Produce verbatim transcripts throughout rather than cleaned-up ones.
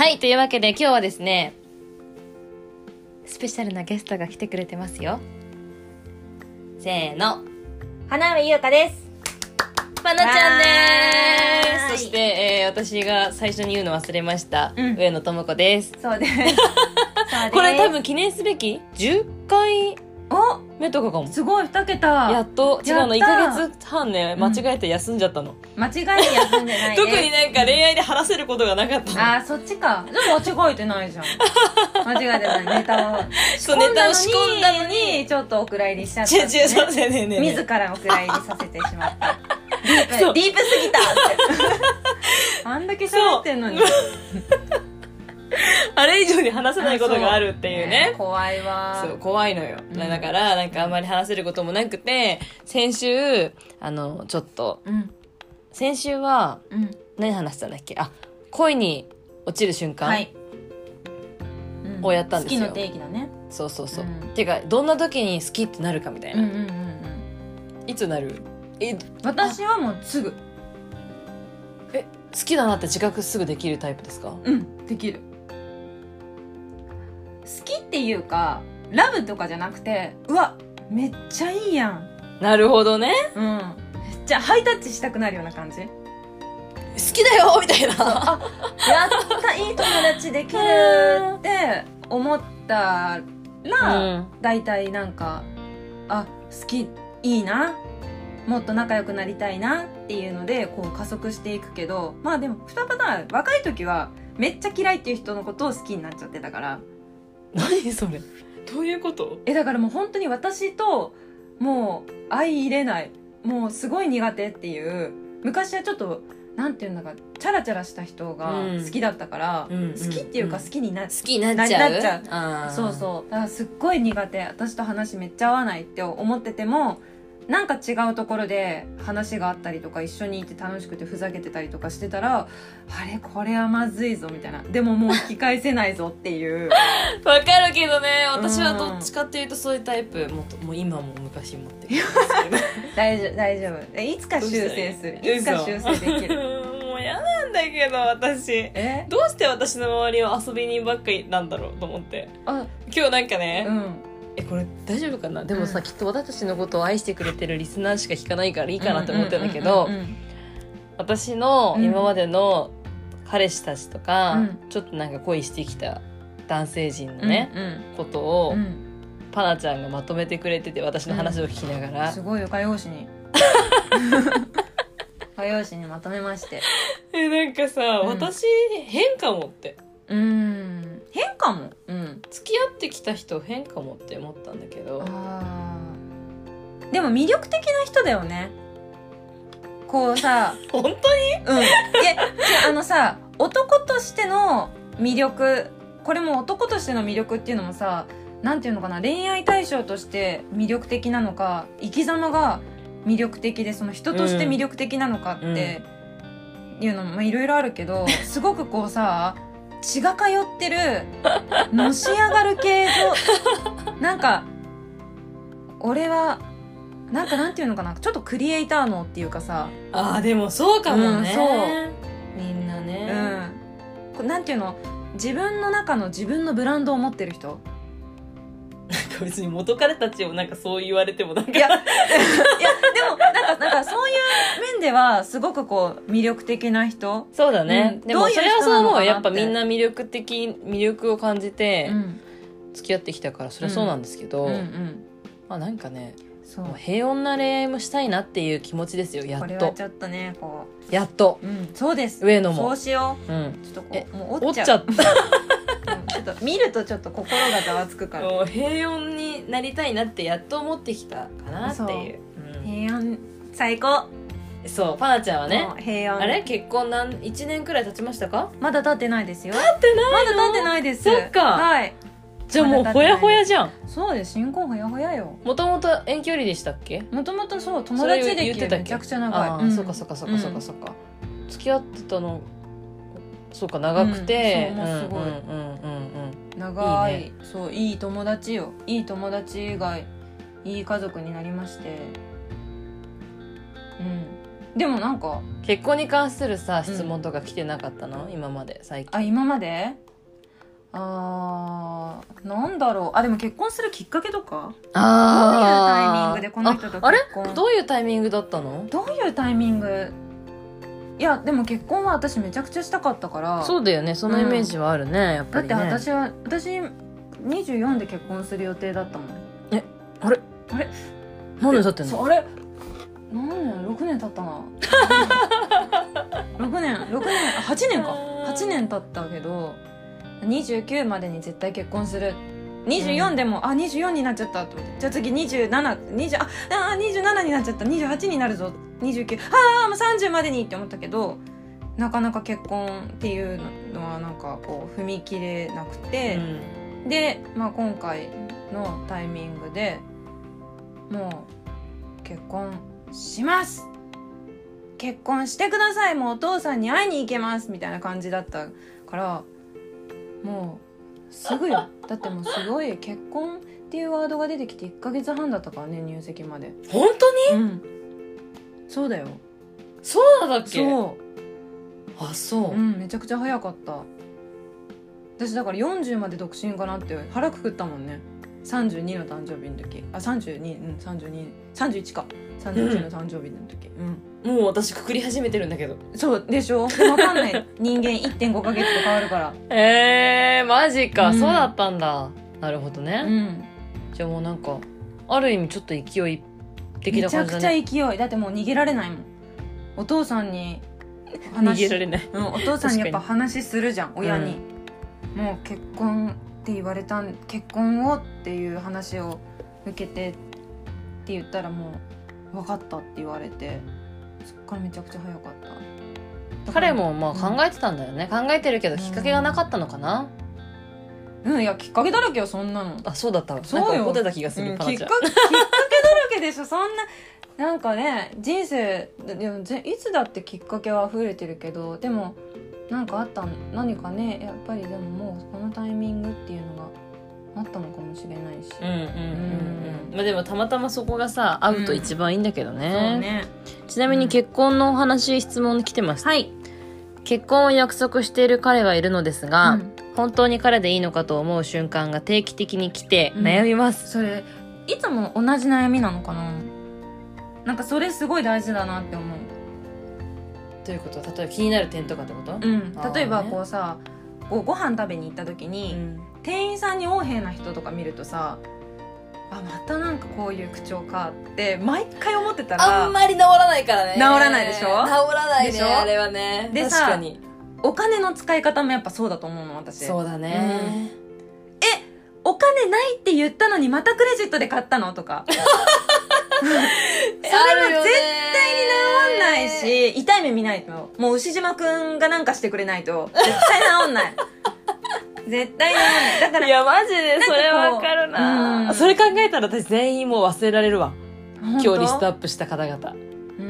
はい、というわけで今日はですね、スペシャルなゲストが来てくれてますよ。せーの、 花見優香です。 まなちゃんでーす。そして、えー、私が最初に言うの忘れました、うん、上野智子です。 そうですこれ多分記念すべきじゅっかいめとかかも。 すごい、に桁。 やっと。違うの、いっかげつはんね、間違えて休んじゃったの。 間違えて休んでないね。 特になんか恋愛で話せることがなかったの。 あー、そっちか。でも間違えてないじゃん。間違えてない。ネタを。 そう、ネタを仕込んだのに、 ちょっとお蔵入りしちゃった、ね。 違う違う、そうだよね。 自らお蔵入りさせてしまった。ディープ、ディープすぎたって。あんだけ喋ってんのに。 あれ以上に話せないことがあるっていうね。 怖いわ。 そう、怖いのよ。うん、だから、なんかあんまり話せることもなくて、先週、あの、ちょっと、うん、先週は、うん、何話したんだっけ？あ、恋に落ちる瞬間、はい、うん、をやったんですよ。 好きの定義だね。 そうそうそう。うん、てか、どんな時に好きってなるかみたいな。うんうんうんうん、いつなる？ え、私はもうすぐ。 え、好きだなって自覚すぐできるタイプですか？ うん、できる。好きっていうかラブとかじゃなくて、うわめっちゃいいやん。 なるほどね。 うん、めっちゃハイタッチしたくなるような感じ。好きだよみたいな。 あ、やったいい友達できるって思ったら、うん、だいたいなんかあ好きいいな、もっと仲良くなりたいなっていうのでこう加速していくけど、まあでもにパターン。若い時はめっちゃ嫌いっていう人のことを好きになっちゃってたから。 何それ、どういうこと？ え、だからもう本当に私ともう相入れない、もうすごい苦手っていう。昔はちょっとなんていうんだかチャラチャラした人が好きだったから、うん、好きっていうか好きにな、うん、 好きになっちゃう、 なっちゃう。あ、そうそう。だからすっごい苦手、私と話めっちゃ合わないって思ってても、なんか違うところで話があったりとか一緒にいて楽しくてふざけてたりとかしてたら、あれこれはまずいぞみたいな、でももう引き返せないぞっていうわかるけどね、私はどっちかっていうとそういうタイプ、もっともう今も昔もって大丈夫大丈夫、いつか修正する、いつか修正できるもう嫌なんだけど私、えどうして私の周りは遊び人ばっかりなんだろうと思って。あ、今日なんかね、うん、え、これ大丈夫かな。でもさ、うん、きっと私たちのことを愛してくれてるリスナーしか聞かないからいいかなって思ってるんだけど、私の今までの彼氏たちとか、うん、ちょっとなんか恋してきた男性陣のね、うんうん、ことを、うん、パナちゃんがまとめてくれてて、私の話を聞きながら、 うん、すごいよ、歌謡紙に歌謡紙にまとめまして、 え、なんかさ、うん、私変かもって、 うーん、変かも、うん、 付き合ってきた人変かもって思ったんだけど、 あ、でも魅力的な人だよね。こうさ本当に、 うん、いや、あのさ、男としての魅力、これも男としての魅力っていうのもさ、なんていうのかな、恋愛対象として魅力的なのか、生き様が魅力的でその人として魅力的なのかっていうのもいろいろあるけど、すごくこうさ、血が通ってるのし上がる系のなんか俺はなんかなんていうのかな、ちょっとクリエイター脳っていうかさ、 あーでもそうかもね、うん、 そうみんなね、 うん、なんていうの、自分の中の自分のブランドを持ってる人。 なんか別に元彼たちをなんかそう言われてもなんかいやいや、でもなんかなんかそういう面ではすごくこう魅力的な人。 そうだね、うん、でもそれはそう思う。やっぱみんな魅力的、魅力を感じて付き合ってきたからそれはそうなんですけど、うんうんうん、まあなんかね、そう、平穏な恋愛もしたいなっていう気持ちですよ、やっと。これはちょっとね、こうやっと、 うん、そうです、 上野もそうしよう、うん、ちょっとこうもう折っちゃう、折っちゃったちょっと見るとちょっと心がざわつくから、 もう平穏になりたいなってやっと思ってきたかなっていう、 うん、平穏最高。 そう、パナちゃんはね、 平穏。 あれ結婚何いちねんくらい経ちましたか？ まだ経ってないですよ。 経ってないの？ まだ経ってないです。 そっか、 はい。 じゃあもうほやほやじゃん。 そうです、新婚ほやほやよ。 もともと遠距離でしたっけ？もともとそう、友達でめちゃくちゃ長い。 あ、うん、そっかそっかそっかそっかそっか、うん、付き合ってたのそうか長くて、 うん、そう、もうすごい、うんうんうんうん、長い、いいね、そう、いい友達よ。いい友達がいい家族になりまして、うん、 でもなんか結婚に関するさ質問とか来てなかったの、うん、今まで最近。 あ今まであーなんだろう。あでも結婚するきっかけとか、あどういうタイミングでこの人と結婚、 あれどういうタイミングだったの？ どういうタイミング。いやでも結婚は私めちゃくちゃしたかったから。 そうだよね、そのイメージはあるね、うん、やっぱりね。 だって私は私にじゅうよんで結婚する予定だったもん。 えあれあれ何年経ってんの？ あれ何年ろくねん経ったなろくねんろくねんはちねんかはちねん経ったけどにじゅうきゅうまでに絶対結婚する。にじゅうよんでも、うん、あにじゅうよんになっちゃったと思って、じゃあ次にじゅうなな、にじゅうああにじゅうななになっちゃった、にじゅうはちになるぞ、にじゅうきゅう、ああもうさんじゅうまでにって思ったけど、なかなか結婚っていうのはなんかこう踏み切れなくて、うん、で、まあ、今回のタイミングでもう結婚します、結婚してください、もうお父さんに会いに行けますみたいな感じだったから、もうすぐよ。だってもうすごい結婚っていうワードが出てきていっかげつはんだったからね、入籍まで。 本当に？ うんそうだよ。 そうだっけ？ そう。 あそう、 うん、めちゃくちゃ早かった。私だからよんじゅうまで独身かなって腹くくったもんね。さんじゅうにの誕生日の時、あさんじゅうに、うんさんじゅうに、さんじゅういちか、さんじゅういちの誕生日の時、 うん、もう私くくり始めてるんだけど。 そうでしょ。分かんない人間 いってんご ヶ月で変わるからえー、マジか、うん、そうだったんだ。なるほどね、 うん、 じゃあもうなんかある意味ちょっと勢い的な感じだね。 めちゃくちゃ勢いだってもう逃げられないもん。お父さんに話逃げられない、 うん、お父さんにやっぱ話するじゃん親に、うん、もう結婚って言われたん、結婚をっていう話を受けてって言ったらもう分かったって言われて、そっからめちゃくちゃ早かった。 彼もまあ考えてたんだよね、うん、考えてるけどきっかけがなかったのかな。 うん、うん、いやきっかけだらけよそんなの。 あそうだったわ。 そうよ、 なんか怒ってた気がする、 うん、 パナちゃん。 きっかけきっかけだらけでしょそんな。なんかね人生でもいつだってきっかけは溢れてるけど、でもなんかあった何かね、やっぱりでももうこのタイミングっていうのがあったのかもしれないし、 うんうんうんうん、まあ、でもたまたまそこがさ合うと一番いいんだけどね、うん、そうね。ちなみに結婚のお話、うん、質問来てます。はい。結婚を約束している彼がいるのですが、うん、本当に彼でいいのかと思う瞬間が定期的に来て悩みます、 うん、それいつも同じ悩みなのかな。なんかそれすごい大事だなって思う。 どういうこと？例えば気になる点とかってこと？ うん、例えばこうさ、こうご飯食べに行った時に、うん、店員さんに横柄な人とか見るとさ、あまたなんかこういう口調かって毎回思ってたらあんまり治らないからね。 治らないでしょ。治らないねあれはね。 でさ、確かにお金の使い方もやっぱそうだと思うの私。 そうだね、うん、 えお金ないって言ったのにまたクレジットで買ったのとかそれは絶対に治んないし、痛い目見ないと。もう牛島くんがなんかしてくれないと絶対治んない絶対治んない。だからいやマジでそれわかるな、うん、それ考えたら私全員もう忘れられるわ。今日リストアップした方々。うん、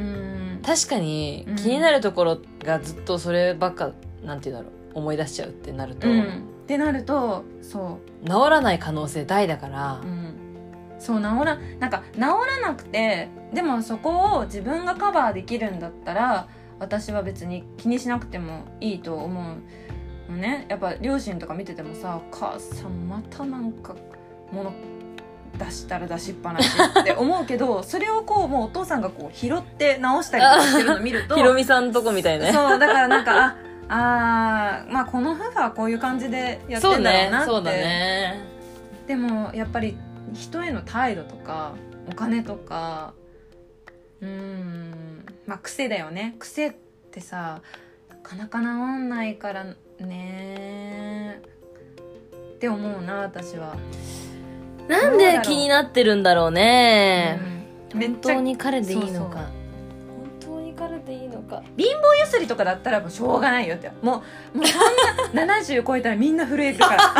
確かに気になるところがずっとそればっかなんていうんだろう思い出しちゃうってなると、うん、 ってなるとそう治らない可能性大だから、うん、 そう治らなんか治らなくて、でもそこを自分がカバーできるんだったら私は別に気にしなくてもいいと思うのね。やっぱ両親とか見ててもさ、お母さんまたなんか物出したら出しっぱなしって思うけどそれをこうもうお父さんがこう拾って直したりとかしてるのを見るとひろみさんとこみたいね。 そうだからなんかああまあこの夫婦はこういう感じでやってんだろうなって。 そうね、そうだね。 でもやっぱり人への態度とかお金とかうーんまあ癖だよね。癖ってさなかなか治んないからねって思うな私は。 なんで気になってるんだろうね、うん、本当に彼でいいのか。そうそう本当に彼でいいのか。 貧乏ゆすりとかだったらもうしょうがないよって。もうもうそんなななじゅう超えたらみんな震えるから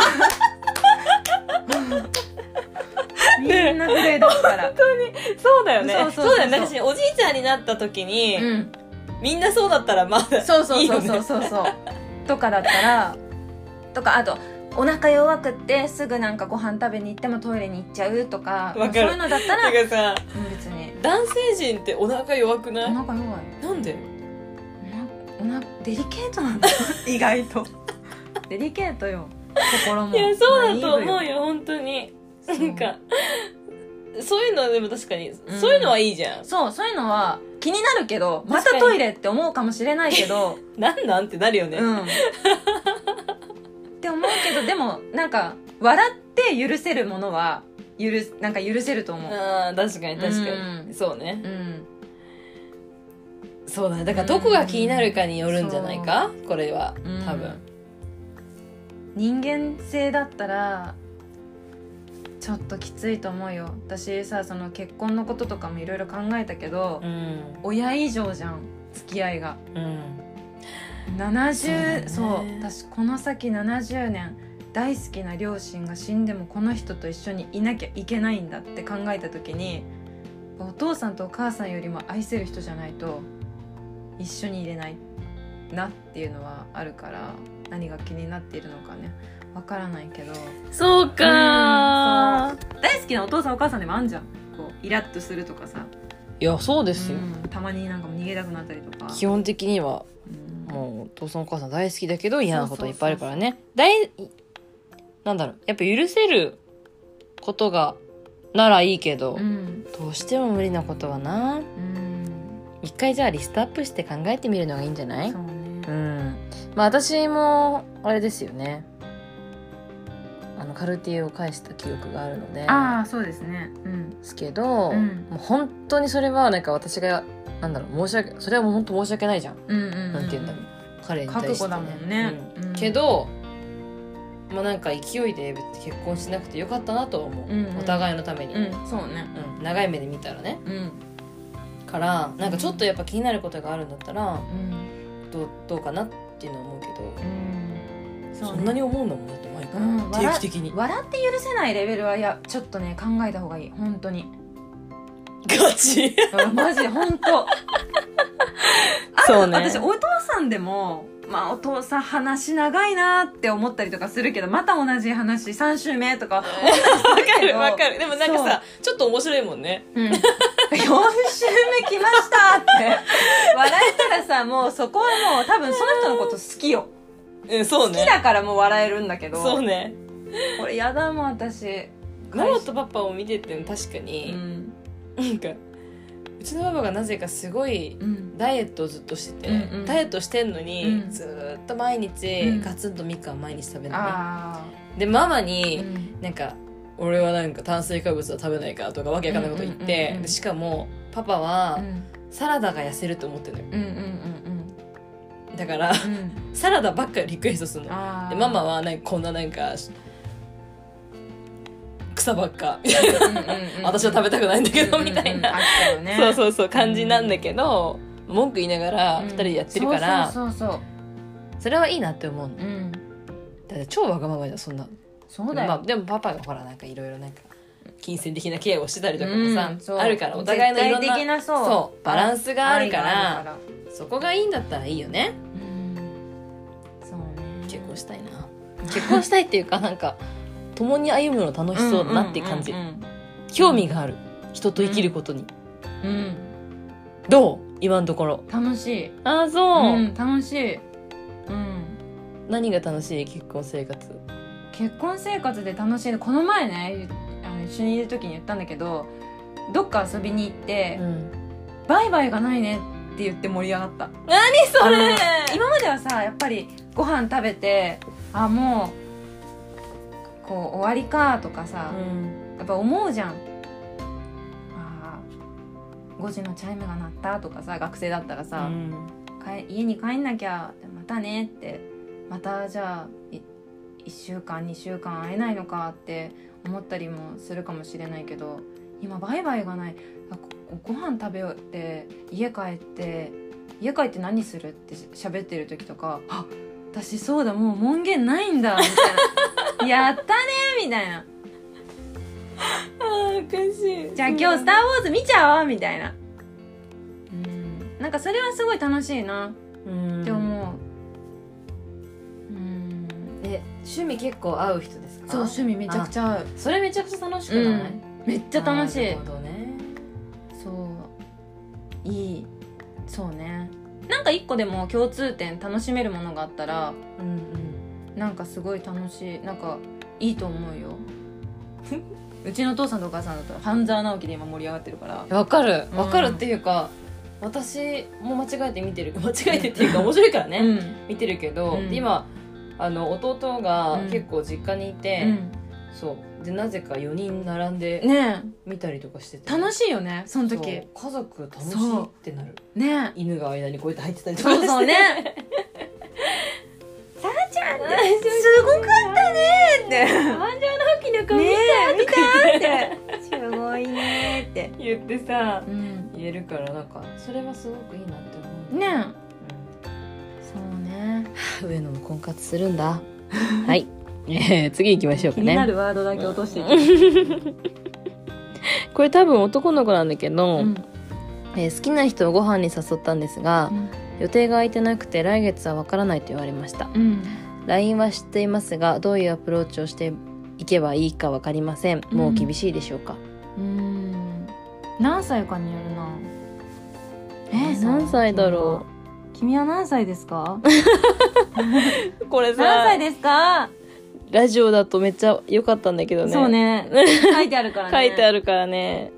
みんな震えるから本当にそうだよね。 そうそうそうそうそうだよね。私おじいちゃんになった時に、うん、みんなそうだったらまだいいよね。 そうそうそうそうそうそうとかだったらとかあとお腹弱くってすぐなんかご飯食べに行ってもトイレに行っちゃうとかそういうのだったらだからさ別に男性陣ってお腹弱くない？ お腹弱い。 なんで？ おなおなデリケートなんだ意外とデリケートよ心も。 いやそうだと思うよ本当に。なんかそういうのはでも確かに、うん、そういうのはいいじゃん。 そうそういうのは気になるけどまたトイレって思うかもしれないけどなんなんってなるよね、うん、 って思うけどでもなんか笑って許せるものは許なんか許せると思う。 あ確かに確かに、うん、そうね、うん、そうだね。だからどこが気になるかによるんじゃないか、うん、これは多分、うん、 人間性だったらちょっときついと思うよ。私さその結婚のこととかもいろいろ考えたけど、うん、親以上じゃん付き合いが、うん、ななじゅう そう、ね、そう私この先ななじゅうねん大好きな両親が死んでもこの人と一緒にいなきゃいけないんだって考えた時にお父さんとお母さんよりも愛せる人じゃないと一緒にいれないなっていうのはあるから、何が気になっているのかねわからないけど。 そうか、 うん、そう大好きなお父さんお母さんでもあんじゃん、こうイラッとするとかさ。 いやそうですよ、 うん、たまになんかも逃げたくなったりとか。 基本的には、うん、もうお父さんお母さん大好きだけど嫌なこといっぱいあるからね。大なんだろうやっぱ許せることがならいいけど、うん、どうしても無理なことはな、うん、一回じゃあリストアップして考えてみるのがいいんじゃない？そうね、うん、まあ私もあれですよね、あのカルティエを返した記憶があるので。 ああそうですね、うん、 ですけど、うん、もう本当にそれはなんか私がなんだろう申し訳それはもう本当申し訳ないじゃん、うんうんうん、なんて言うんだろう彼に対して、ね、 覚悟だもんね、 うんうん、けどまあなんか勢いで結婚しなくてよかったなと思う、うんうん、お互いのために、 うん、そうね、 うん、長い目で見たらね、うん、からなんかちょっとやっぱ気になることがあるんだったら、うん、ど, うどうかなっていうのは思うけど、うん そ, ね、そんなに思うんだもんだって毎回、うん、定期的に笑って許せないレベルはいやちょっとね考えた方がいい本当にガチマジ本当そうね。 私お父さんでもまあお父さん話長いなって思ったりとかするけどまた同じ話さん週目とかわかるわかる。でもなんかさちょっと面白いもんね、うん、よん週目来ましたって笑えたらさもうそこはもう多分その人のこと好きよ、 うん、そうね、 好きだからもう笑えるんだけど。 そうね、 これやだもん私。 ママとパパを見てても確かに、うん、なんかうちのパパがなぜかすごいダイエットをずっとしてて、うんうん、ダイエットしてんのに、うん、ずっと毎日ガツンとみかん毎日食べるのね、うん、でママに、うん、なんか俺はなんか炭水化物は食べないかとかわけわかんないこと言って、うんうんうんうん、しかもパパは、うん、サラダが痩せると思ってるのよ、うんうんうんうん、だから、うん、サラダばっかりリクエストするのでママはなんかこんななんか草ばっかみたいな、うんうんうんうん、私は食べたくないんだけど、うんうんうん、みたいな、ね、そうそうそう感じなんだけど、うん、文句言いながらふたりでやってるから、うん、そうそうそうそうそれはいいなって思うの、うん、だって超わがままじゃんそんな。 そうだよ、 まあ、でもパパがほらなんかいろいろなんか金銭的なケアをしてたりとかもさ、うん、あるからお互いのいろんな絶対的なそうそうバランスがあるからそこがいいんだったらいいよね、うん、そうね。結婚したいな結婚したいっていうかなんか共に歩むの楽しそうだなっていう感じ、うんうんうんうん、興味がある人と生きることに、うんうん、どう今のところ。 楽しい。 ああそう、 うん、楽しい、うん、 何が楽しい結婚生活。 結婚生活で楽しいのこの前ねあの一緒にいる時に言ったんだけどどっか遊びに行って、うん、バイバイがないねって言って盛り上がった。 何それ。 今まではさやっぱりご飯食べてあもうこう終わりかとかさ、うん、やっぱ思うじゃん。あごじのチャイムが鳴ったとかさ学生だったらさ、うん、家に帰んなきゃまたねってまたじゃあいっしゅうかんにしゅうかん会えないのかって思ったりもするかもしれないけど今バイバイがない。ご飯食べようって家帰って家帰って何するって喋ってる時とかあ私そうだもう門限ないんだみたいなやったねみたいなあーおかしい。 じゃあ今日スターウォーズ見ちゃおうみたいな。うんなんかそれはすごい楽しいなって思う。うんえ趣味結構合う人ですか。 そう趣味めちゃくちゃ合う。 それめちゃくちゃ楽しくない、うん、 めっちゃ楽しい。 なるほどね。 そういい。そうね。なんか一個でも共通点楽しめるものがあったら、うんうん、なんかすごい楽しい、なんかいいと思うようちの父さんとお母さんだと半沢直樹で今盛り上がってるから。 わかるわかるっていうか、うん、私も間違えて見てる間違えてっていうか面白いからね、うん、見てるけど、うん、今あの弟が結構実家にいて、うん、そうでなぜかよにん並んで見たりとかしてて、 ね、楽しいよねその時。 家族楽しいってなるね。 犬が間にこうやって入ってたりとかして、 そうそうねさあちゃんってすごかったねって半沢直樹の顔見た、ね、見たってすごいねって言ってさ、うん、言えるからなんかそれはすごくいいなって思うね、うん、そうね。 上野も婚活するんだはいえー、次行きましょうかね。 気になるワードだけ落としていくこれ多分男の子なんだけど、うんえー、好きな人をご飯に誘ったんですが、うん、予定が空いてなくて来月はわからないと言われました、うん、ライン は知っていますがどういうアプローチをしていけばいいかわかりません。もう厳しいでしょうか。 うん、うん何歳かによるな。 えー、何歳だろう。君は何歳ですかこれさ何歳ですか。 ラジオだとめっちゃ良かったんだけどね。 そうね書いてあるからね書いてあるからね。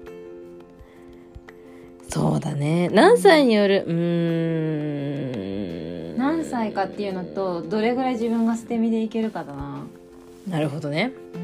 そうだね何歳による。うーん何歳かっていうのとどれぐらい自分が捨て身でいけるかだな。 なるほどね、 うん、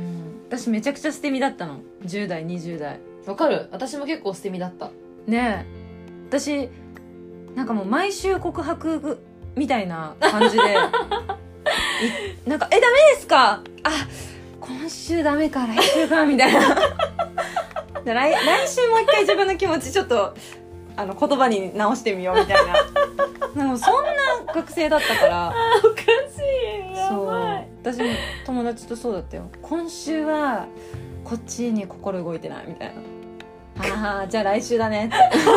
私めちゃくちゃ捨て身だったのじゅう代にじゅう代。 わかる。私も結構捨て身だったね。え私なんかもう毎週告白みたいな感じでなんかえダメですか、あ今週ダメか来週かみたいな来, 来週もう一回自分の気持ちちょっとあの言葉に直してみようみたいななんかそんな学生だったからあおかしいやばい。 そう私も友達とそうだったよ。今週はこっちに心動いてないみたいなああじゃあ来週だねって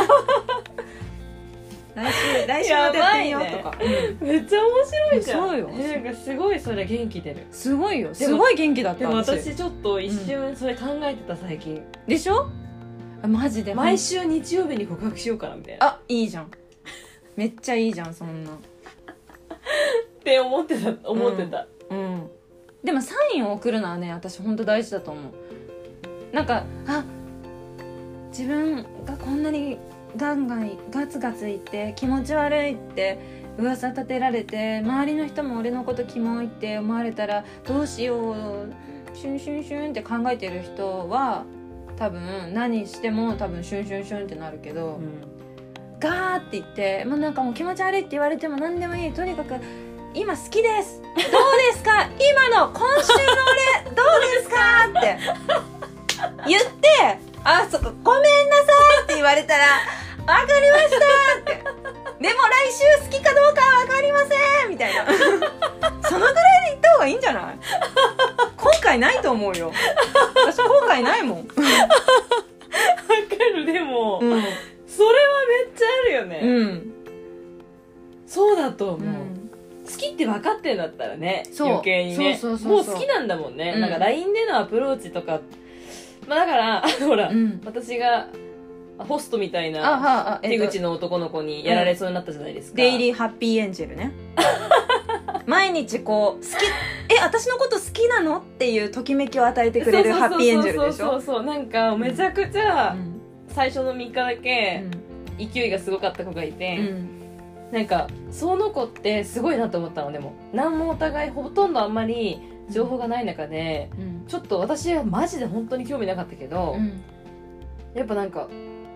来週来週までやってみようとか、 ねうん、めっちゃ面白いじゃん。 そうよ。 なんかすごいそれ元気出る。 すごいよすごい元気だった。 でも私ちょっと一瞬それ考えてた最近、うん、 でしょ。マジで毎週日曜日に告白しようかなみたいな。 あいいじゃんめっちゃいいじゃんそんなって思ってた思ってた、 うん、うん、でもサインを送るのはね私本当大事だと思う。なんかあ自分がこんなにガンガンガツガツ言って気持ち悪いって噂立てられて周りの人も俺のことキモいって思われたらどうしようシュンシュンシュンって考えてる人は多分何しても多分シュンシュンシュンってなるけど、うん、ガーって言ってもうなんかもう気持ち悪いって言われても何でもいいとにかく今好きですどうですか今の今週の俺どうですかって言ってあそこごめんなさいって言われたらわかりましたってでも来週好きかどうかはわかりませんみたいなそのぐらいで言った方がいいんじゃない後悔ないと思うよ。私後悔ないもんわかる。でも、うん、それはめっちゃあるよね、うん、そうだと思う、うん、好きって分かってんだったらね余計にねそうそうそうそうもう好きなんだもんね、うん、なんか ライン でのアプローチとかまあだからほら、うん、私がホストみたいな手口の男の子にやられそうになったじゃないですか、 うん、デイリーハッピーエンジェルね毎日こう好きえ私のこと好きなのっていうときめきを与えてくれるハッピーエンジェルでしょ。 そうそうそうそうなんかめちゃくちゃ最初のみっかだけ勢いがすごかった子がいて、うん、なんかその子ってすごいなと思ったの。でも何もお互いほとんどあんまり情報がない中で、うん、ちょっと私はマジで本当に興味なかったけど、うん、やっぱなんか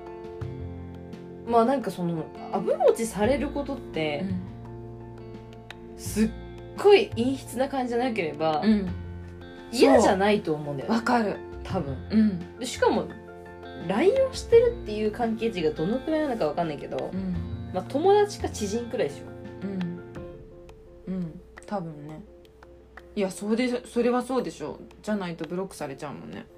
まあなんかそのアプローチされることって、うん、すっごい陰湿な感じじゃなければ、うん、嫌じゃないと思うんだよね。 わかる多分、うん、でしかも ライン をしてるっていう関係値がどのくらいなのかわかんないけど、うんまあ、友達か知人くらいでしょ。 うんうん多分ね。いやそれそれはそうでしょ。じゃないとブロックされちゃうもんね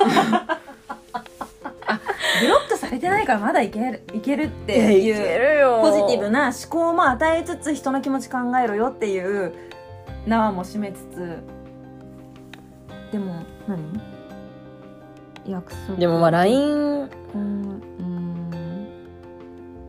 あブロックされてないからまだいけるいけるっていうポジティブな思考も与えつつ人の気持ち考えろよっていう縄も締めつつでも何約束でもまあ ラインうんうん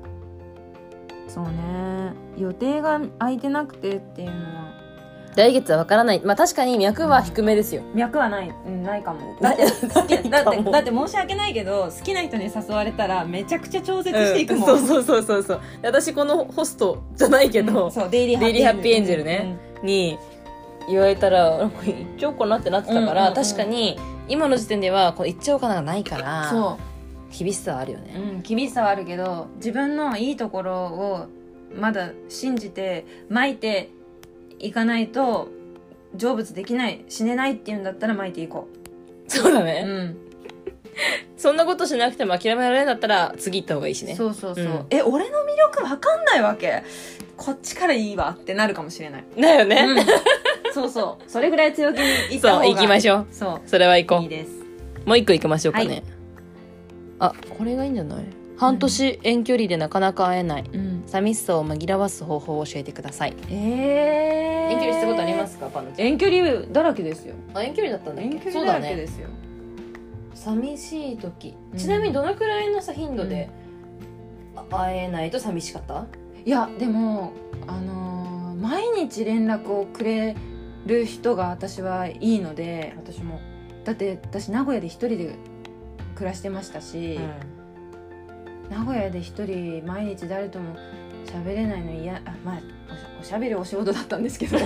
そうね、予定が空いてなくてっていうのは来月はわからない。まあ確かに脈は低めですよ。 脈はない、うん、ないかも。だって好きだってだって申し訳ないけど、好きな人に誘われたらめちゃくちゃ超絶していくもん、 うん、そうそうそうそう。私このホストじゃないけど、うん、 そうデイリーハッピーエンジェルね、うん、に言われたらなんか行っちゃおうかなってなってたから、うんうんうん、確かに今の時点ではこう行っちゃおうかながないから、そう厳しさはあるよね。 うん、厳しさはあるけど、自分のいいところをまだ信じて巻いていかないと成仏できない、死ねないっていうんだったら巻いていこう。そうだね、 うん、 そんなことしなくても諦められないんだったら次行った方がいいしね。 そうそうそう、うん、え俺の魅力わかんないわけ、こっちからいいわってなるかもしれない。 だよね、 うん、そうそう、それぐらい強気に行った方が、 そう行きましょう。そう、それは行こう。 いいです。 もう一個行きましょうかね、はい、あ、これがいいんじゃない？半年遠距離でなかなか会えない、うん、寂しさを紛らわす方法を教えてください。 えー、 遠距離したことありますか？パンダちゃん。 遠距離だらけですよ。 あ、遠距離だったんだっけ？ 遠距離だらけですよ。 寂しい時、ちなみにどのくらいのさ頻度で会えないと寂しかった？ いやでもあのー、毎日連絡をくれる人が私はいいので、 私もだって私名古屋で一人で暮らしてましたし、うん、名古屋で一人毎日誰とも喋れないの嫌、あ、まあおしゃべりお仕事だったんですけど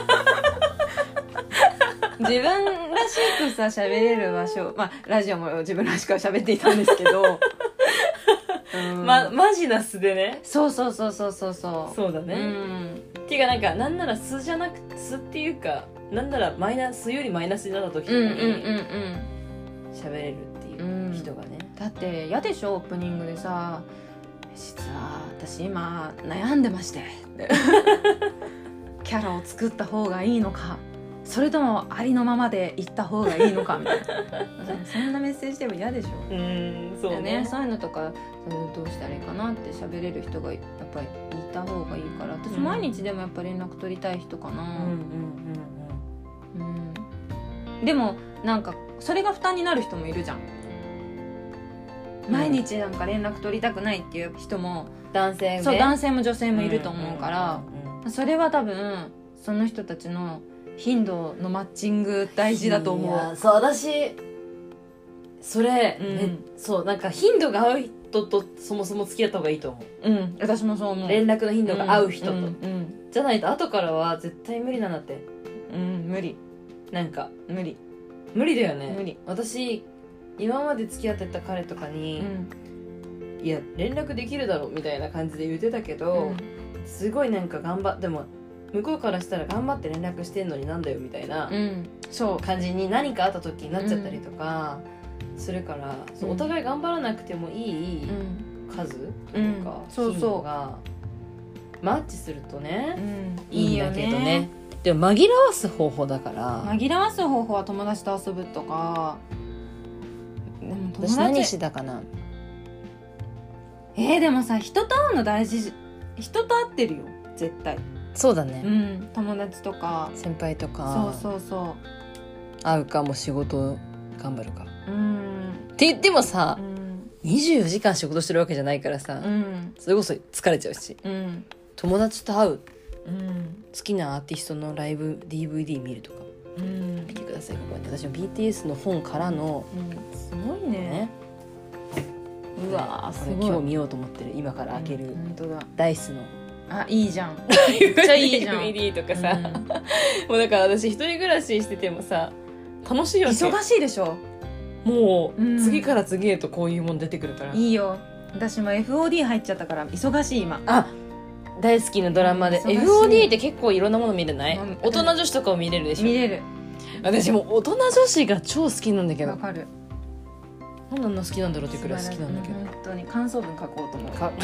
自分らしくさ喋れる場所、まあラジオも自分らしくは喋っていたんですけどうん、ま、 マジな素でね。 そうそうそうそうそうそうそうだね、うん、っていうかなんかなんなら素じゃなくて、素っていうかなんならマイナスよりマイナスになった時とかに喋れるっていう人がね、 うん、だって嫌でしょ、オープニングでさ、実は私今悩んでましてキャラを作った方がいいのか、それともありのままで行った方がいいのかみたいなそんなメッセージでも嫌でしょ。 うん、そう ね, ね、そういうのとかどうしたらいいかなって喋れる人がやっぱりいた方がいいから、私毎日でもやっぱ連絡取りたい人かな。うんうんうんうん、でもなんかそれが負担になる人もいるじゃん。毎日なんか連絡取りたくないっていう人も、 男性ね、 そう男性も女性もいると思うから、それは多分その人たちの頻度のマッチング大事だと思う。いやそう、私それ、うんね、そうなんか頻度が合う人とそもそも付き合った方がいいと思う。うん、私もそう思う。 連絡の頻度が合う人と、うんうんうん、じゃないと後からは絶対無理なんだって。 うん、無理。 なんか無理無理だよね。 無理。 私今まで付き合ってた彼とかに、うん、いや連絡できるだろみたいな感じで言ってたけど、うん、すごいなんか頑張っても向こうからしたら頑張って連絡してんのになんだよみたいな感じに何かあった時になっちゃったりとかするから、うん、そうお互い頑張らなくてもいい数というか頻度がマッチするとね、うん、いいんだけどね。いいよね。でも紛らわす方法だから、 紛らわす方法は友達と遊ぶとか。 でも友達私何してたかな。 えー、でもさ人と会うの大事。人と会ってるよ絶対。 そうだね、 うん、友達とか先輩とかそうそうそう会うかも仕事頑張るか、うん、って言ってもさ、うん、にじゅうよじかん仕事してるわけじゃないからさ、うん、それこそ疲れちゃうし、うん、友達と会う、うん、好きなアーティストのライブ ディーブイディー 見るとか、うん、見てください。ここに私も ビーティーエス の本からの、 うん、すごいね、ね、うわーすごい。 これ今日見ようと思ってる。今から開ける、うん、本当だ。ダイスのあ、いいじゃん。めっちゃいいじゃん。 ディーブイディー とかさ、うん、もうだから私一人暮らししててもさ楽しいわけ。 忙しいでしょ。 もう、うん、次から次へとこういうもの出てくるから。 いいよ。私も エフオーディー 入っちゃったから忙しい今。 あ、大好きなドラマで、うん、エフオーディー って結構いろんなもの見れない、うん、大人女子とかを見れるでしょ。 見れる。 私も大人女子が超好きなんだけど。 わかる。 なんであんな好きなんだろうってくらい好きなんだけど。 本当に感想文書こうと思う。か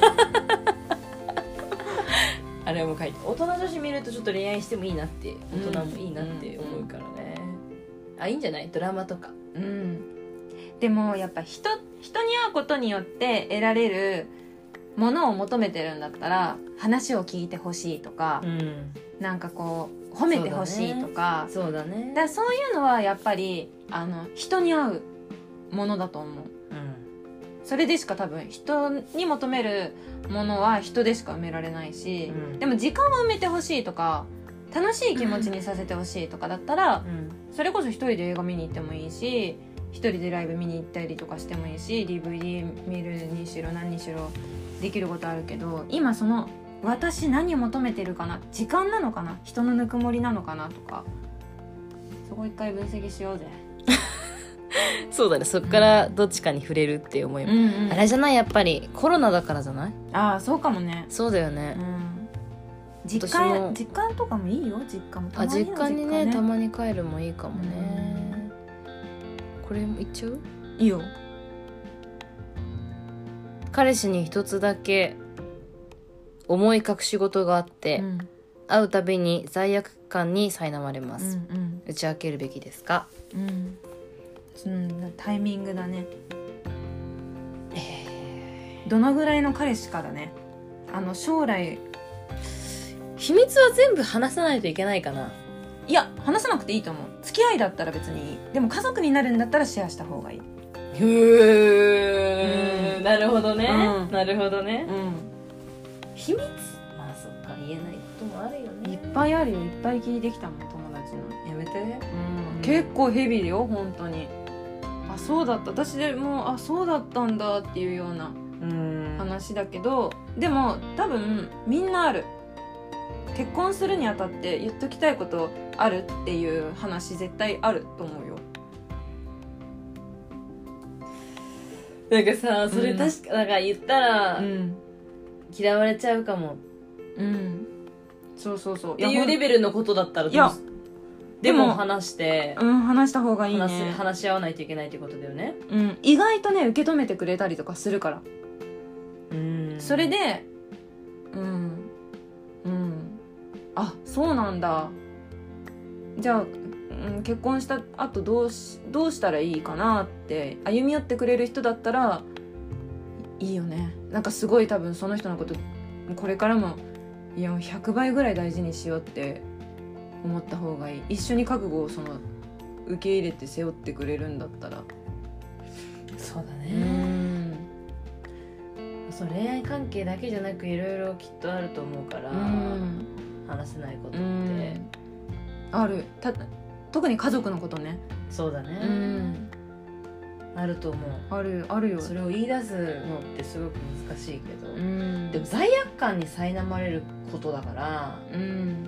あれも書いて、大人女子見るとちょっと恋愛してもいいなって、大人もいいなって思うからね、うん、あ、いいんじゃない？ドラマとか。 うん。でもやっぱ人人に会うことによって得られるものを求めてるんだったら、話を聞いてほしいとか、うん、なんかこう褒めてほしいとか、 そうだね。 だからそういうのはやっぱりあの人に合うものだと思う。うん、 それでしか多分人に求めるものは人でしか埋められないし、うん、でも時間は埋めてほしいとか楽しい気持ちにさせてほしいとかだったら、うん、それこそ一人で映画見に行ってもいいし一人でライブ見に行ったりとかしてもいいし ディーブイディー 見るにしろ何にしろできることあるけど、今その私何を求めてるかな、時間なのかな、人のぬくもりなのかなとか、そこ一回分析しようぜ。 そうだね、そっからどっちかに触れるっていう思いも、うんうん、あれじゃない、やっぱりコロナだからじゃない？ ああ、そうかもね。 そうだよね、うん、 実家実家とかもいいよ。実家もたまにの実家に ね, ねたまに帰るもいいかもね、うん、これもいっちゃう？ いいよ。 彼氏に一つだけ重い隠し事があって、うん、会うたびに罪悪感に苛まれます、うんうん、打ち明けるべきですか？ うんうん、タイミングだね、えー、どのぐらいの彼氏かだね。あの将来秘密は全部話さないといけないかな。 いや話さなくていいと思う。付き合いだったら別にいい。でも家族になるんだったらシェアした方がいい。 へー、うん、なるほどね、うん、なるほどね、うん、秘密、まあそっか、言えないこともあるよね。 いっぱいあるよ。いっぱい聞いてきたもん、友達の。 やめて、 うん、結構ヘビーよ本当に。あ、そうだった、私でもうあそうだったんだっていうような話だけど、でも多分みんなある。結婚するにあたって言っときたいことあるっていう話絶対あると思うよ。 なんかさ、それ確か、うん、なんか言ったら、うん、嫌われちゃうかも。 うん。そうそうそう。 っていうレベルのことだったらどうする？でも話して、 うん、話した方がいいね。 話, 話し合わないといけないってことだよね。 うん。意外とね受け止めてくれたりとかするから。 うん。 それで、うんうん。あ、そうなんだ。じゃあ。うん、結婚した後どうし、どうしたらいいかなって歩み寄ってくれる人だったらいいよね。なんかすごい多分その人のことこれからもいやひゃくばいぐらい大事にしようって思った方がいい。一緒に覚悟をその受け入れて背負ってくれるんだったら。 そうだね。うん、その恋愛関係だけじゃなくいろいろきっとあると思うから、うん、話せないことって、うん、 ある。た特に家族のことね。 そうだね、うん、あると思う。 あるあるよ。 それを言い出すのってすごく難しいけど、うん、でも罪悪感に苛まれることだから、うんうん、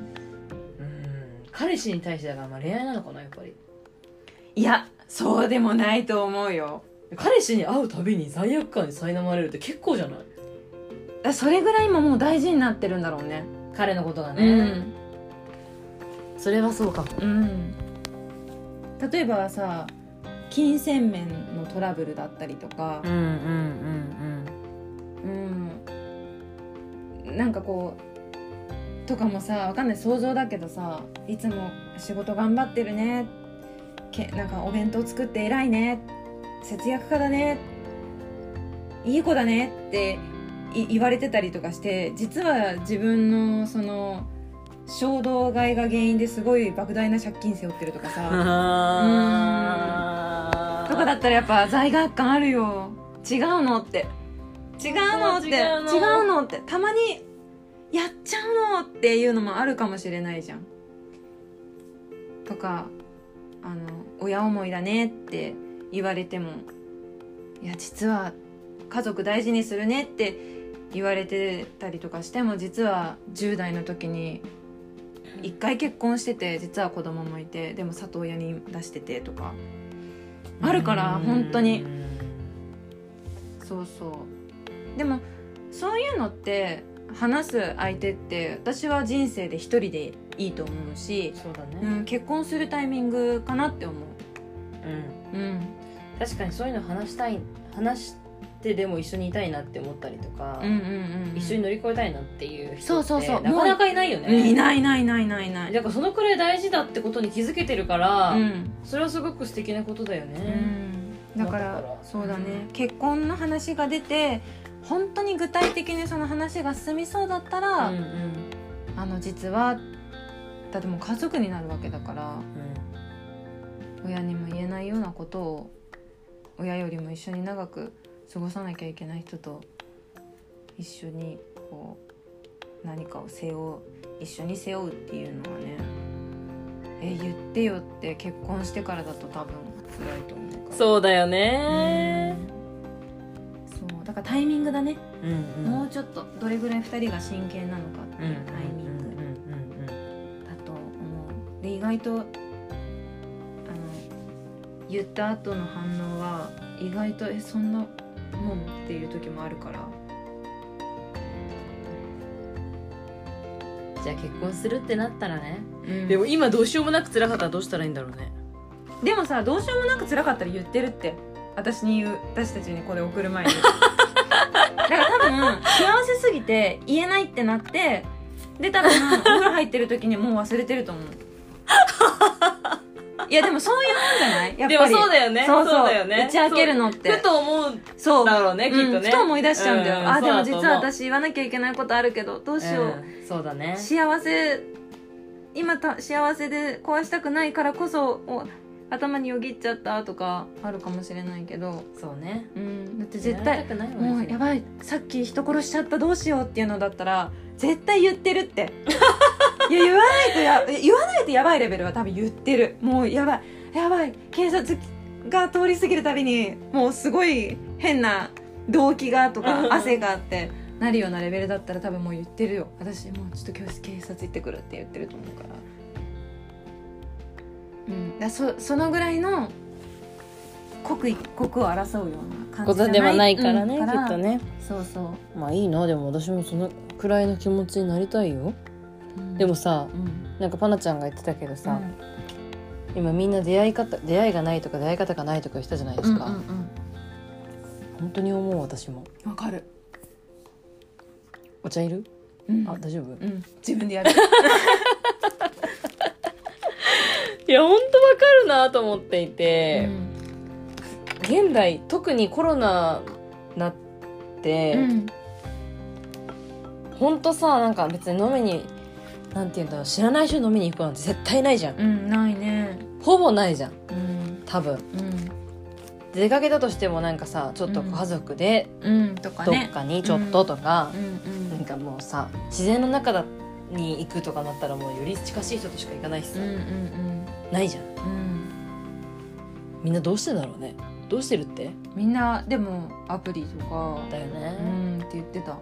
彼氏に対してだから、まあ恋愛なのかなやっぱり。 いやそうでもないと思うよ。 彼氏に会うたびに罪悪感に苛まれるって結構じゃない？ だそれぐらい今もう大事になってるんだろうね、 彼のことがね、うん、それはそうかも、うん、 例えばさ金銭面のトラブルだったりとか、うんうんうんうん、なんかこうとかもさ、わかんない、想像だけどさ、いつも仕事頑張ってるね、けなんかお弁当作って偉いね、節約家だね、いい子だねって言われてたりとかして、実は自分のその衝動買いが原因ですごい莫大な借金背負ってるとかさ、うんとかだったらやっぱ罪悪感あるよ。違うのって違うのって違うの、違うのってたまにやっちゃうのっていうのもあるかもしれないじゃん。とかあの親思いだねって言われても、いや実は家族大事にするねって言われてたりとかしても、実はじゅう代の時に一回結婚してて実は子供もいて、でも里親に出しててとかあるから、本当にそうそう。でもそういうのって話す相手って私は人生で一人でいいと思うし、 そうだね、 うん、結婚するタイミングかなって思う。うん、うん、 確かにそういうの話したい、話してでも一緒にいたいなって思ったりとか、うんうんうんうん、一緒に乗り越えたいなっていう人ってそうそうそうなかなかいないよね。 いないいないいないいないいない。 だからそのくらい大事だってことに気づけてるから、うん、それはすごく素敵なことだよね、 うん、だからそうだね、うん、結婚の話が出て本当に具体的にその話が進みそうだったら、うんうん、あの実はだってもう家族になるわけだから、うん、親にも言えないようなことを親よりも一緒に長く過ごさなきゃいけない人と一緒にこう何かを背負う一緒に背負うっていうのはね、え言ってよって結婚してからだと多分辛いと思うから。 そうだよね。 そうだからタイミングだね、 うんうん、 もうちょっとどれぐらいふたりが真剣なのかっていうタイミングだと思う。で意外とあの言った後の反応は意外とえそんなもんっていう時もあるから。 じゃあ結婚するってなったらね、 うん、 でも今どうしようもなく辛かったらどうしたらいいんだろうね。 でもさどうしようもなく辛かったら言ってるって私に言う私たちにこれ送る前にだから多分幸せすぎて言えないってなってで多分お風呂入ってる時にもう忘れてると思ういやでもそういうもんじゃないやっぱり。 でもそうだよね。 そうそうそうだよね。 打ち明けるのってふと思うそうだろうね、きっとね、 うん、ふと思い出しちゃうんだよ、 うん、 あでも実は私言わなきゃいけないことあるけどどうしよう、うん、 そうだね。 幸せ今た幸せで壊したくないからこそ頭によぎっちゃったとかあるかもしれないけど。 そうね、 うん、だって絶対もうやばいさっき人殺しちゃったどうしようっていうのだったら絶対言ってるっていや言わないとや言わないとやばいレベルは多分言ってる。もうやばいやばい警察が通り過ぎるたびにもうすごい変な動機がとか汗があってなるようなレベルだったら多分もう言ってるよ。私もうちょっと今日警察行ってくるって言ってると思うから。うん、だ そ, そのぐらいの刻一刻を争うような感じじゃないことではないからね、 うん、からきっとね。 そうそうまあいいな。でも私もそのくらいの気持ちになりたいよ、うん、でもさ、うん、なんかパナちゃんが言ってたけどさ、うん、今みんな出会い方出会いがないとか出会い方がないとか言ったじゃないですか、うんうんうん、本当に思う。私もわかる。 お茶いる、うん、あ大丈夫、うん、 自分でやるいや本当わかるなと思っていて、うん、現代特にコロナなって、うん、本当さなんか別に飲みになんていうんだろう知らない人飲みに行くなんて絶対ないじゃん、 うん、ないね。 ほぼないじゃん、 うん、 多分、 うん、 出かけたとしてもなんかさちょっと家族でどっかにちょっととか、なんかもうさ自然の中だに行くとかなったらもうより近しい人としか行かないしさ、うんうんうん、ないじゃん、うん、みんなどうしてだろうね。どうしてるって。 みんなでもアプリとかだよね、 うんって言ってた。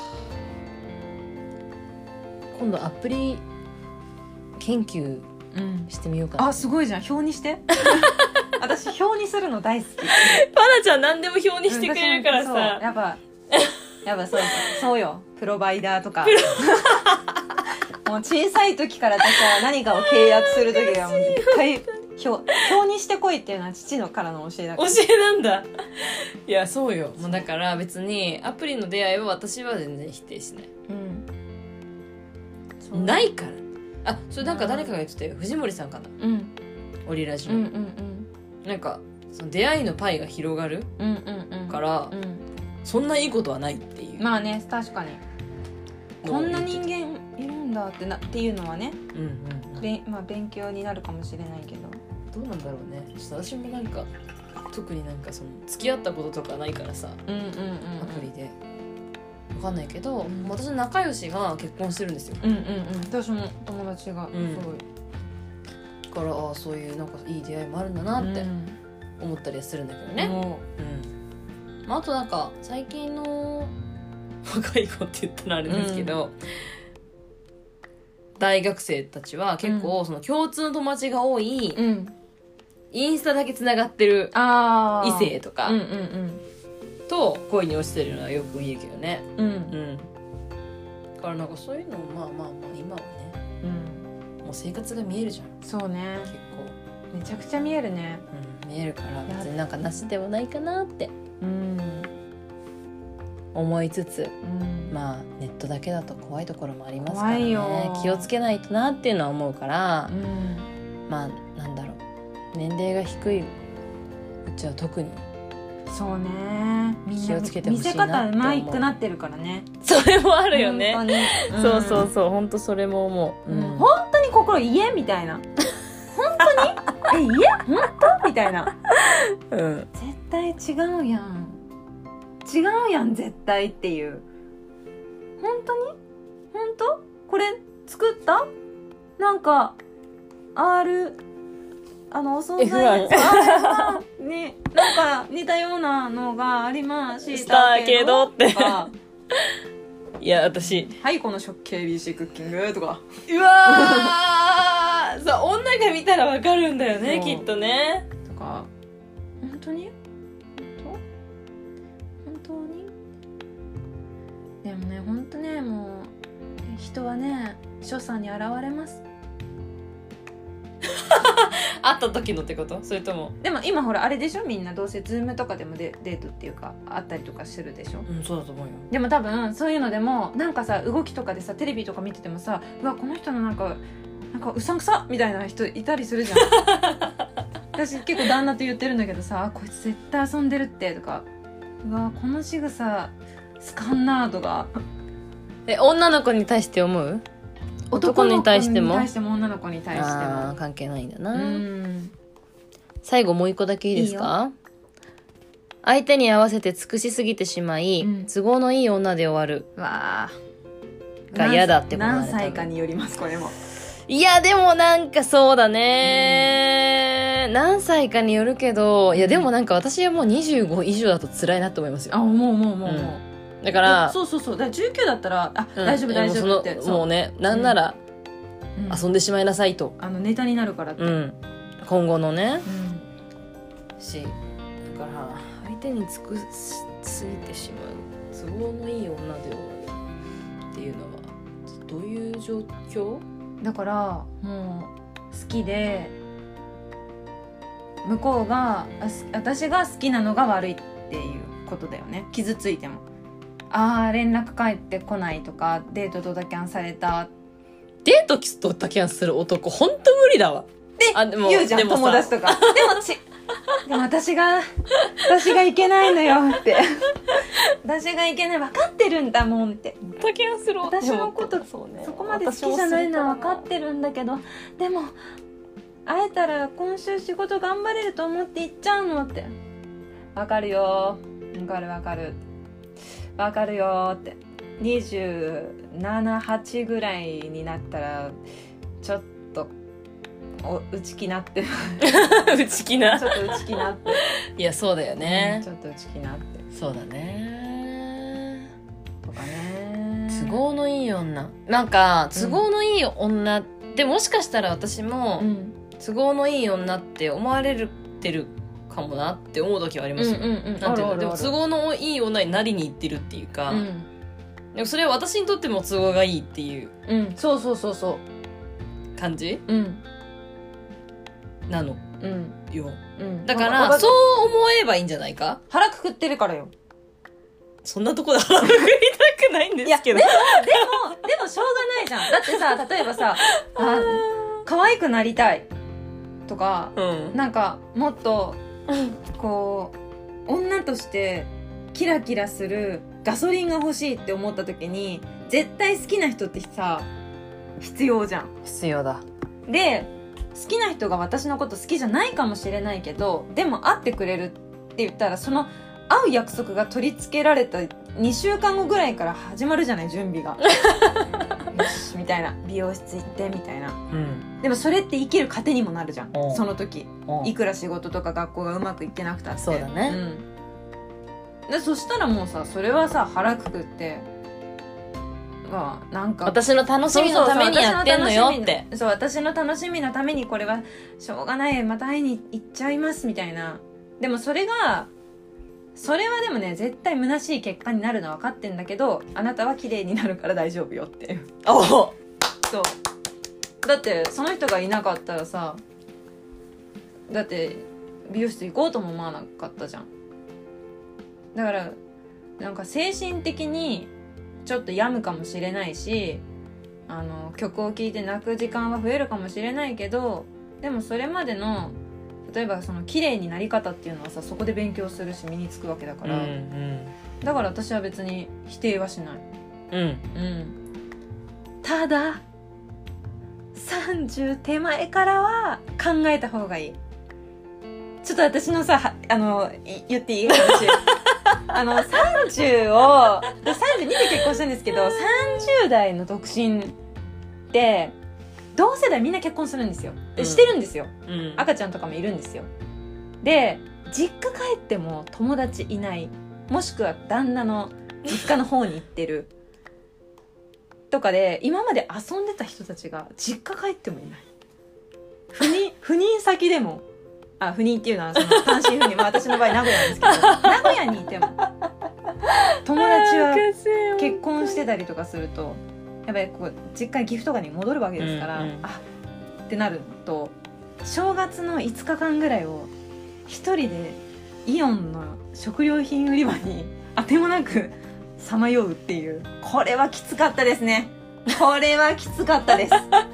今度アプリ研究してみようかな、 うん、あすごいじゃん。表にして私表にするの大好き。 パナちゃん何でも表にしてくれるからさ、うん、 やっぱやっぱそうそうよプロバイダーとかもう小さい時から私は何かを契約する時はもう絶対表, 表にしてこいっていうのは父のからの教えだから。 教えなんだ。いやそうよ。もうだから別にアプリの出会いは私は全然否定しない、うん、ないから。あそれなんか誰かが言ってたよ。藤森さんかな、うん、オリラジの、うんうんうん、なんかその出会いのパイが広がるから、うんうんうん、そんないいことはないっていう。 まあね確かにこんな人間いるんだってなっていうのはね、うんうんうんべまあ、勉強になるかもしれないけどどうなんだろうね。ちょっと私もなんか特になんかその付き合ったこととかないからさ、うんうんうんうん、アプリで分かんないけど、うん、私の仲良しが結婚してるんですよ、うんうんうん、 私も友達がすごい、うん、 だからあそういうなんかいい出会いもあるんだなって思ったりはするんだけどね、うんまあ、あとなんか最近の若い子って言ったらあれですけど、うん、大学生たちは結構その共通の友達が多い、うん、インスタだけつながってる異性とか、うんうんうん、と恋に落ちてるのはよく見るけどね、うんうん、だからなんかそういうのまあまあまあ今はね、うん、もう生活が見えるじゃん。 そうね結構めちゃくちゃ見えるね、 うん、見えるから別になんかなしでもないかなって、うん思いつつ、うん、まあネットだけだと怖いところもありますからね。気をつけないとなっていうのは思うから、うん、まあなんだろう年齢が低いうちは特にそうね気をつけてほしいなって思う。 見せ方うまいくなってるからね。 それもあるよね。 本当に、 うん、そうそうそう本当それも思う、うんうん、本当に心家みたいな本当にえ家本当みたいな、うん、絶対違うやん。 違うやん絶対っていう。本当に本当これ作ったなんか R あのお惣菜エフワンになんか似たようなのがありまししたたけどってとかいや私はいこの食器 エービーシー クッキングとかうわーそう女が見たらわかるんだよねきっとねとか本当に本当本当にでもね本当ねもう人はね所作に現れます。 会った時のってこと？それともでも今ほらあれでしょみんなどうせズームとかでもデデートっていうか会ったりとかするでしょ。 うんそうだと思うよ。 でも多分そういうのでもなんかさ動きとかでさテレビとか見ててもさうわこの人のなんかなんかうさんくさみたいな人いたりするじゃん私結構旦那と言ってるんだけどさこいつ絶対遊んでるってとかうわこの仕草好かんなとかえ女の子に対して思う？男に対しても？ 男の子に対しても女の子に対してもあ関係ないんだな。 うん最後もう一個だけいいですか？いい相手に合わせて尽くしすぎてしまい、うん、都合のいい女で終わるわが嫌だってことだね。 何歳かによりますこれも。 いやでもなんかそうだね、うん、何歳かによるけどいやでもなんか私はもうにじゅうご以上だと辛いなと思いますよ。 あ思う思う思う思う、 うん、だからそうそうそうだからじゅうきゅうだったらあ、うん、大丈夫大丈夫ってもう, もうねなんなら、うん、遊んでしまいなさいとあのネタになるからって、うん、 今後のね、うん、しだから相手に尽くしすぎてしまう都合のいい女で終わるっていうのはどういう状況？ だからもう好きで向こうが私が好きなのが悪いっていうことだよね。傷ついてもあー連絡返ってこないとかデートドタキャンされたデートドタキャンする男ほんと無理だわであでも言うじゃん友達とかでもちでも私が私がいけないのよって私がいけない分かってるんだもんってドタキャンする男私のことそ、ね、そこまで好きじゃないのは分かってるんだけどでも会えたら今週仕事頑張れると思って行っちゃうのって分かるよ分かる分かる分かるよってにじゅうなな、はちぐらいになったらちょっとお内気なって内気なちょっと内気なっていやそうだよね、 うん、ちょっと内気なってそうだねとかね都合のいい女なんか都合のいい女って、うん、もしかしたら私も、うん、都合のいい女って思われてるかもなって思う時はありますよ、うんうんうん、なんていうのでも都合のいい女になりにいってるっていうか、うん、でもそれは私にとっても都合がいいっていう、 うん、そうそうそうそう感じ、 うんなの、 うん、 よ、うん、だからそう思えばいいんじゃないか。 腹くくってるからよ。 そんなとこで腹くくりたくないんですけど。 いやでもでもでもしょうがないじゃん。だってさ例えばさあ可愛くなりたいとか、うん、なんかもっとこう女としてキラキラするガソリンが欲しいって思った時に絶対好きな人ってさ必要じゃん。 必要だ。 で好きな人が私のこと好きじゃないかもしれないけどでも会ってくれるって言ったらその会う約束が取り付けられたにしゅうかんごぐらいから始まるじゃない準備がよしみたいな美容室行ってみたいな、うん、でもそれって生きる糧にもなるじゃんその時いくら仕事とか学校がうまくいってなくたってそうだね、 うん、でそしたらもうさそれはさ腹くくってなんか私の楽しみのためにやってんのよってそう私の楽しみのためにこれはしょうがないまた会いに行っちゃいますみたいなでもそれがそれはでもね絶対虚しい結果になるのは分かってんだけどあなたは綺麗になるから大丈夫よっておそうだってその人がいなかったらさだって美容室行こうとも思わなかったじゃんだからなんか精神的にちょっと病むかもしれないしあの曲を聴いて泣く時間は増えるかもしれないけどでもそれまでの例えばその綺麗になり方っていうのはさそこで勉強するし身につくわけだから、うんうん、だから私は別に否定はしない、 うんうん、 たださんじゅう手前からは考えた方がいいちょっと私のさあの言っていい話あのさんじゅうをさんじゅうにで結婚したんですけど、さんじゅう代の独身って同世代みんな結婚するんですよ、うん、してるんですよ、うん、赤ちゃんとかもいるんですよ。で実家帰っても友達いない、もしくは旦那の実家の方に行ってるとかで、今まで遊んでた人たちが実家帰ってもいない。不妊不妊先でも、あ、不妊っていうのはその単身赴任、まあ、私の場合名古屋なんですけど名古屋にいても友達は結婚してたりとかすると、やっぱりこう実家に岐阜とかに戻るわけですから、うんうん、あってなると、正月のいつかかんぐらいを一人でイオンの食料品売り場にあてもなくさまようっていう、これはきつかったですね。これはきつかったです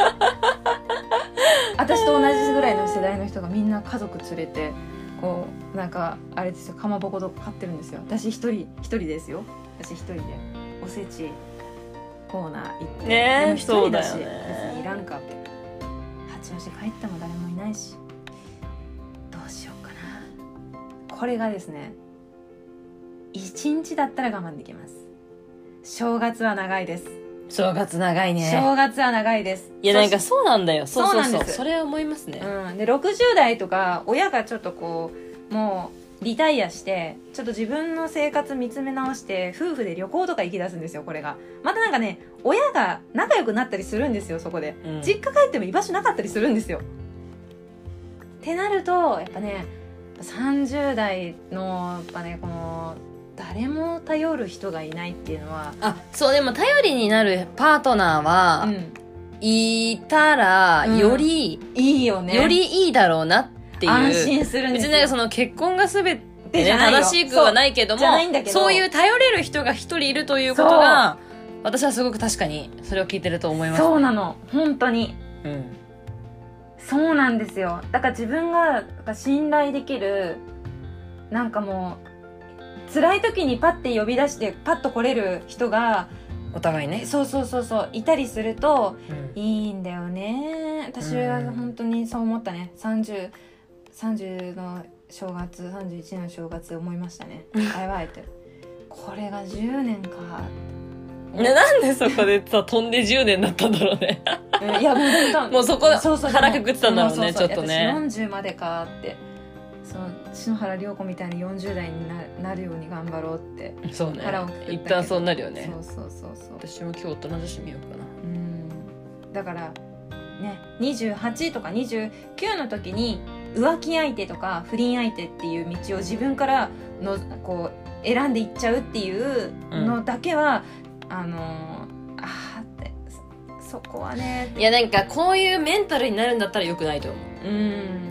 私と同じぐらいの世代の人がみんな家族連れてこうなんかあれですよ、かまぼことか買ってるんですよ。私一人一人ですよ。私一人でおせちコーナー行って、ね、でも一人だしだ、ね、別にいらんかって、八王子帰っても誰もいないしどうしようかな。これがですね、一日だったら我慢できます。正月は長いです。 正月長いね。 正月は長いです。 いやなんかそうなんだよ。そうそうそう。 そうなんです。 それは思いますね。 うん。でろくじゅう代とか親がちょっとこうもうリタイアしてちょっと自分の生活見つめ直して夫婦で旅行とか行き出すんですよ。これがまたなんかね、親が仲良くなったりするんですよ。そこで、うん、実家帰っても居場所なかったりするんですよ。ってなるとやっぱね、さんじゅう代のやっぱね、この誰も頼る人がいないっていうのは、 あ、そう、でも頼りになるパートナーは、うん、いたらより、 うん、いいよね、 よりいいだろうなっていう、 安心するんですよ。 別にその結婚が全て、ね、正しくはないけども、そう、そういう頼れる人が一人いるということが、私はすごく確かにそれを聞いてると思います、ね、 そうなの、本当に、うん、そうなんですよ。だから自分が信頼できる、なんかもう辛い時にパッて呼び出してパッと来れる人がお互いね、 そうそうそうそういたりすると、うん、いいんだよね。私は本当にそう思ったね。さんじゅう、さんじゅうの正月、さんじゅういちの正月思いましたね。やばいってこれがじゅうねんかね、なんでそこでさ飛んでじゅうねんだったんだろうねいやもう本当もうそこ腹くくってたんだろうね。ちょっとね、 よんじゅうまでかって、その篠原涼子みたいによんじゅう代に な, なるように頑張ろうって。 そうね、腹をくくったけど一旦そうなるよね。 そうそうそうそう。 私も今日大人女子見ようかな。 うん、だからね、にじゅうはちとかにじゅうきゅうの時に浮気相手とか不倫相手っていう道を自分からのこう選んでいっちゃうっていうのだけは、うん、あのあってそこはね、 いやなんかこういうメンタルになるんだったら良くないと思う。 うん、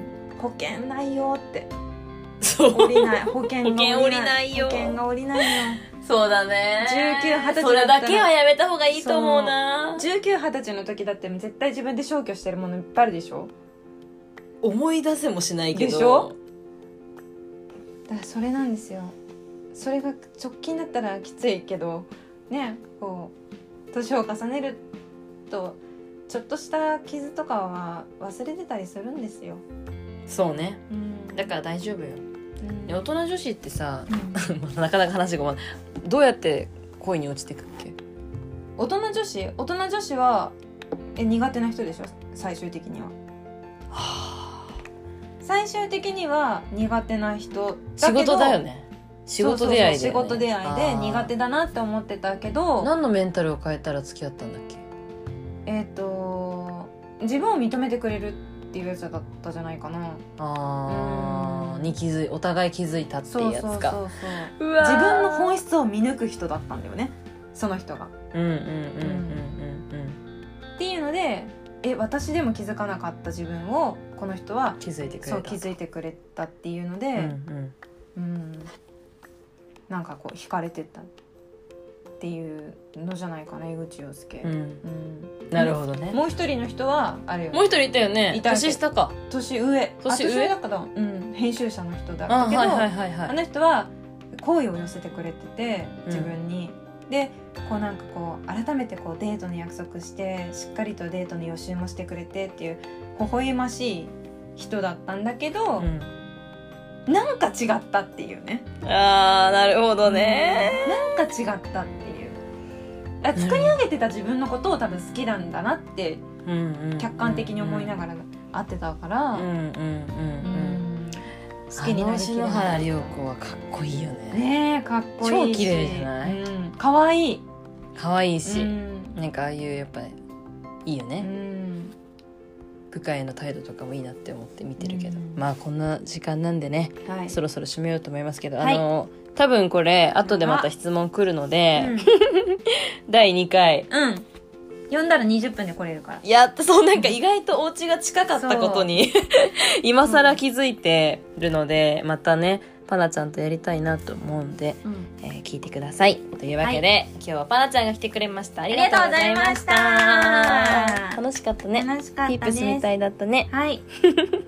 保険ないよって。 そう降りない、保険が保険降りないよ。 保険が降りないよ。 そうだね。 じゅうきゅう、はたちだったらそれだけはやめた方がいいと思うな。 じゅうきゅう、はたちの時だって絶対自分で消去してるものいっぱいあるでしょ。 思い出せもしないけど。 でしょ。だからそれなんですよ。それが直近だったらきついけどね、こう年を重ねるとちょっとした傷とかは忘れてたりするんですよ。 そうね、うん、だから大丈夫よ、うん、大人女子ってさ、うん、なかなか話がどうやって恋に落ちてくっけ。 大人女子大人女子はえ苦手な人でしょ、最終的には。はあ、最終的には苦手な人だけど、仕事だよね。仕事出会いだよね。 そうそうそう、仕事出会いで苦手だなって思ってたけど。 何のメンタルを変えたら付き合ったんだっけ。 えっと自分を認めてくれるっていうやつだったじゃないかな。 あーに気づいお互い気づいたっていうやつか。そうそうそうそう、うわ自分の本質を見抜く人だったんだよね、その人が。 うんうんうんうんうんうん、 っていうので、え私でも気づかなかった自分をこの人は気づいてくれた。 そう気づいてくれたっていうので、うんうんうん、なんかこう惹かれてったっていうのじゃないかな、江口洋介、うんうん、 なるほどね。 もう一人の人はあれよ、 もう一人いたよね。年下か年上年上だから、うん、編集者の人だったけど、あ、はいはいはいはい、あの人は好意を寄せてくれてて自分に、うん、でこうなんかこう改めてこうデートの約束してしっかりとデートの予習もしてくれてっていう微笑ましい人だったんだけど、うん、 なんか違ったっていうね。 あーなるほどね、 なんか違ったっていう。作り上げてた自分のことを多分好きなんだなって客観的に思いながら会ってたから、うんうんうんうん、好きになりきれない。篠原涼子はかっこいいよね。 ねえかっこいいし、 超綺麗じゃない？ うん、かわいいかわいいし、うん、なんかああいうやっぱりいいよね、うん、部下への態度とかもいいなって思って見てるけど、うん、まあこんな時間なんでね、はい、そろそろ締めようと思いますけど、はい、あの多分これ後でまた質問来るので、うん、だいにかい、 うん読んだらにじゅっぷんで来れるから。 いやそうなんか意外とお家が近かったことに今更気づいてるので、またねパナちゃんとやりたいなと思うんで、うん、えー、聞いてくださいというわけで、はい、今日はパナちゃんが来てくれました。ありがとうございました。楽しかったね。 楽しかったです。 ピープスみたいだったね。 はい